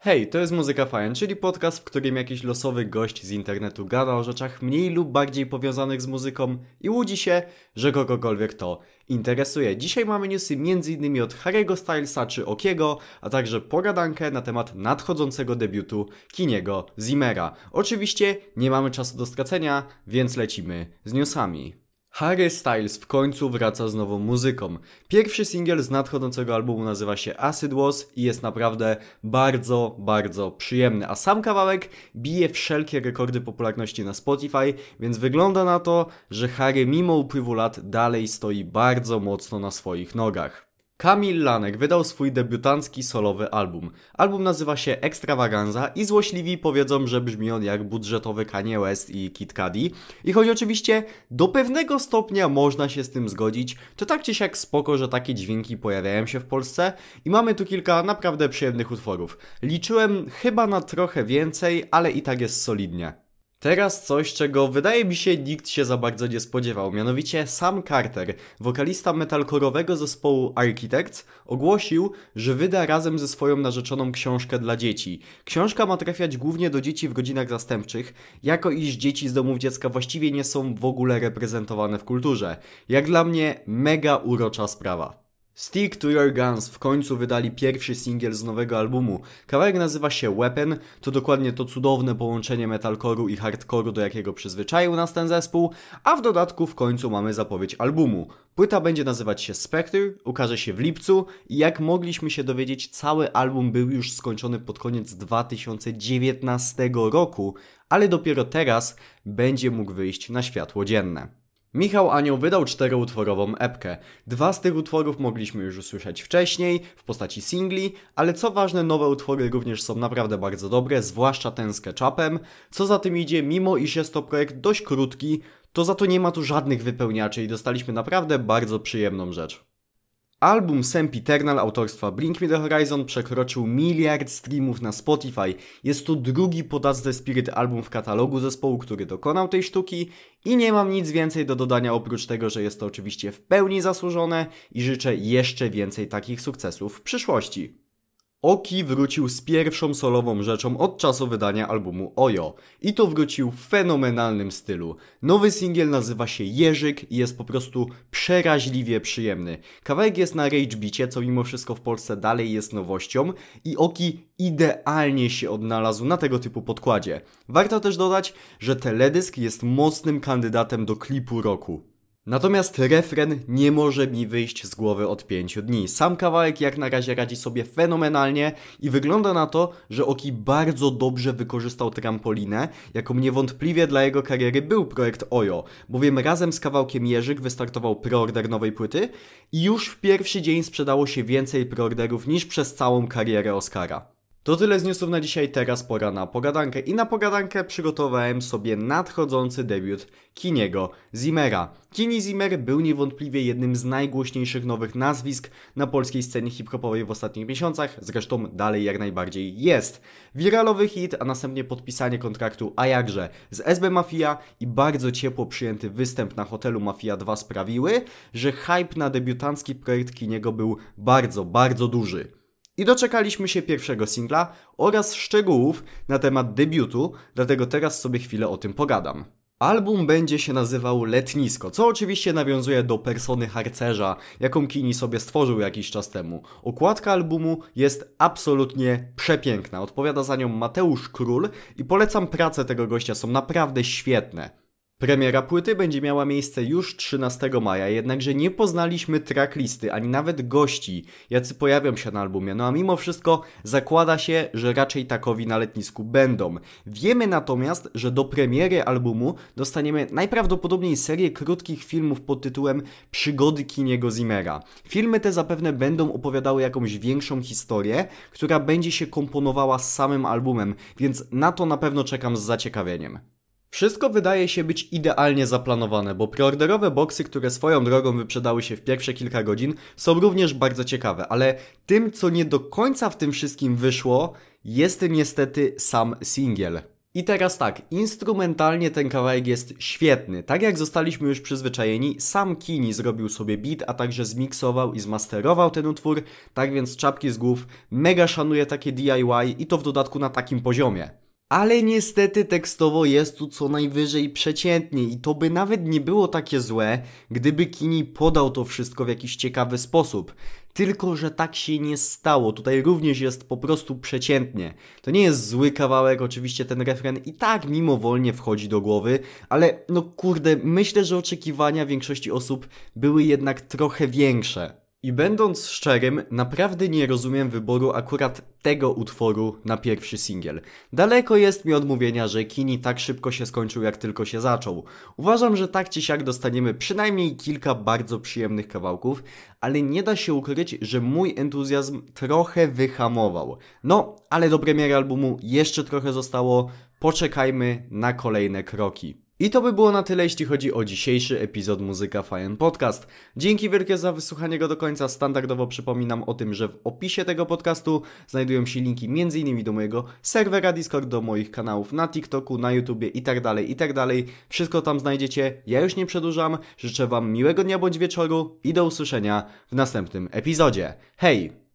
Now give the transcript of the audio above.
Hej, to jest Muzyka Fajna, czyli podcast, w którym jakiś losowy gość z internetu gada o rzeczach mniej lub bardziej powiązanych z muzyką i łudzi się, że kogokolwiek to interesuje. Dzisiaj mamy newsy m.in. od Harry'ego Stylesa czy Okiego, a także pogadankę na temat nadchodzącego debiutu Kiniego Zimmera. Oczywiście nie mamy czasu do stracenia, więc lecimy z newsami. Harry Styles w końcu wraca z nową muzyką. Pierwszy singiel z nadchodzącego albumu nazywa się Acid Was i jest naprawdę bardzo przyjemny, a sam kawałek bije wszelkie rekordy popularności na Spotify, więc wygląda na to, że Harry mimo upływu lat dalej stoi bardzo mocno na swoich nogach. Kamil Lanek wydał swój debiutancki solowy album. Album nazywa się Extravaganza i złośliwi powiedzą, że brzmi on jak budżetowy Kanye West i Kid Cudi. I choć oczywiście do pewnego stopnia można się z tym zgodzić, to tak czy siak spoko, że takie dźwięki pojawiają się w Polsce i mamy tu kilka naprawdę przyjemnych utworów. Liczyłem chyba na trochę więcej, ale i tak jest solidnie. Teraz coś, czego wydaje mi się nikt się za bardzo nie spodziewał, mianowicie Sam Carter, wokalista metalcore'owego zespołu Architects, ogłosił, że wyda razem ze swoją narzeczoną książkę dla dzieci. Książka ma trafiać głównie do dzieci w godzinach zastępczych, jako iż dzieci z domów dziecka właściwie nie są w ogóle reprezentowane w kulturze. Jak dla mnie mega urocza sprawa. Stick to Your Guns w końcu wydali pierwszy singiel z nowego albumu. Kawałek nazywa się Weapon, to dokładnie to cudowne połączenie metalcore'u i hardcore'u, do jakiego przyzwyczaił nas ten zespół, a w dodatku w końcu mamy zapowiedź albumu. Płyta będzie nazywać się Spectre, ukaże się w lipcu i jak mogliśmy się dowiedzieć, cały album był już skończony pod koniec 2019 roku, ale dopiero teraz będzie mógł wyjść na światło dzienne. Michał Anioł wydał 4-utworową epkę. 2 z tych utworów mogliśmy już usłyszeć wcześniej, w postaci singli, ale co ważne, nowe utwory również są naprawdę bardzo dobre, zwłaszcza ten z Ketchupem. Co za tym idzie, mimo iż jest to projekt dość krótki, to za to nie ma tu żadnych wypełniaczy i dostaliśmy naprawdę bardzo przyjemną rzecz. Album Sempiternal autorstwa Bring Me The Horizon przekroczył 1 miliard streamów na Spotify. Jest to drugi po That's The Spirit album w katalogu zespołu, który dokonał tej sztuki i nie mam nic więcej do dodania oprócz tego, że jest to oczywiście w pełni zasłużone i życzę jeszcze więcej takich sukcesów w przyszłości. Oki wrócił z pierwszą solową rzeczą od czasu wydania albumu Ojo. I to wrócił w fenomenalnym stylu. Nowy singiel nazywa się Jerzyk i jest po prostu przeraźliwie przyjemny. Kawałek jest na Rage Beacie, co mimo wszystko w Polsce dalej jest nowością i Oki idealnie się odnalazł na tego typu podkładzie. Warto też dodać, że teledysk jest mocnym kandydatem do klipu roku. Natomiast refren nie może mi wyjść z głowy od 5 dni. Sam kawałek jak na razie radzi sobie fenomenalnie i wygląda na to, że Oki bardzo dobrze wykorzystał trampolinę, jaką niewątpliwie dla jego kariery był projekt Ojo, bowiem razem z kawałkiem Jerzyk wystartował preorder nowej płyty i już w pierwszy dzień sprzedało się więcej preorderów niż przez całą karierę Oscara. To tyle z newsów na dzisiaj, teraz pora na pogadankę i na pogadankę przygotowałem sobie nadchodzący debiut Kiniego Zimmera. Kini Zimmer był niewątpliwie jednym z najgłośniejszych nowych nazwisk na polskiej scenie hip-hopowej w ostatnich miesiącach, zresztą dalej jak najbardziej jest. Wiralowy hit, a następnie podpisanie kontraktu, a jakże, z SB Mafia i bardzo ciepło przyjęty występ na hotelu Mafia 2 sprawiły, że hype na debiutancki projekt Kiniego był bardzo duży. I doczekaliśmy się pierwszego singla oraz szczegółów na temat debiutu, dlatego teraz sobie chwilę o tym pogadam. Album będzie się nazywał Letnisko, co oczywiście nawiązuje do persony harcerza, jaką Kini sobie stworzył jakiś czas temu. Okładka albumu jest absolutnie przepiękna, odpowiada za nią Mateusz Król i polecam pracę tego gościa, są naprawdę świetne. Premiera płyty będzie miała miejsce już 13 maja, jednakże nie poznaliśmy tracklisty, ani nawet gości, jacy pojawią się na albumie, no a mimo wszystko zakłada się, że raczej takowi na letnisku będą. Wiemy natomiast, że do premiery albumu dostaniemy najprawdopodobniej serię krótkich filmów pod tytułem Przygody Kiniego Zimmera. Filmy te zapewne będą opowiadały jakąś większą historię, która będzie się komponowała z samym albumem, więc na to na pewno czekam z zaciekawieniem. Wszystko wydaje się być idealnie zaplanowane, bo preorderowe boksy, które swoją drogą wyprzedały się w pierwsze kilka godzin, są również bardzo ciekawe, ale tym, co nie do końca w tym wszystkim wyszło, jest niestety sam singiel. I teraz tak, instrumentalnie ten kawałek jest świetny. Tak jak zostaliśmy już przyzwyczajeni, sam Kini zrobił sobie beat, a także zmiksował i zmasterował ten utwór, tak więc czapki z głów, mega szanuję takie DIY i to w dodatku na takim poziomie. Ale niestety tekstowo jest tu co najwyżej przeciętnie i to by nawet nie było takie złe, gdyby Kini podał to wszystko w jakiś ciekawy sposób. Tylko że tak się nie stało, tutaj również jest po prostu przeciętnie. To nie jest zły kawałek, oczywiście ten refren i tak mimowolnie wchodzi do głowy, ale no kurde, myślę, że oczekiwania większości osób były jednak trochę większe. I będąc szczerym, naprawdę nie rozumiem wyboru akurat tego utworu na pierwszy singiel. Daleko jest mi od mówienia, że Kini tak szybko się skończył, jak tylko się zaczął. Uważam, że tak czy siak dostaniemy przynajmniej kilka bardzo przyjemnych kawałków, ale nie da się ukryć, że mój entuzjazm trochę wyhamował. No, ale do premiery albumu jeszcze trochę zostało, poczekajmy na kolejne kroki. I to by było na tyle, jeśli chodzi o dzisiejszy epizod Muzyka Fajn Podcast. Dzięki wielkie za wysłuchanie go do końca. Standardowo przypominam o tym, że w opisie tego podcastu znajdują się linki m.in. do mojego serwera Discord, do moich kanałów na TikToku, na YouTubie itd. Wszystko tam znajdziecie. Ja już nie przedłużam. Życzę Wam miłego dnia bądź wieczoru i do usłyszenia w następnym epizodzie. Hej!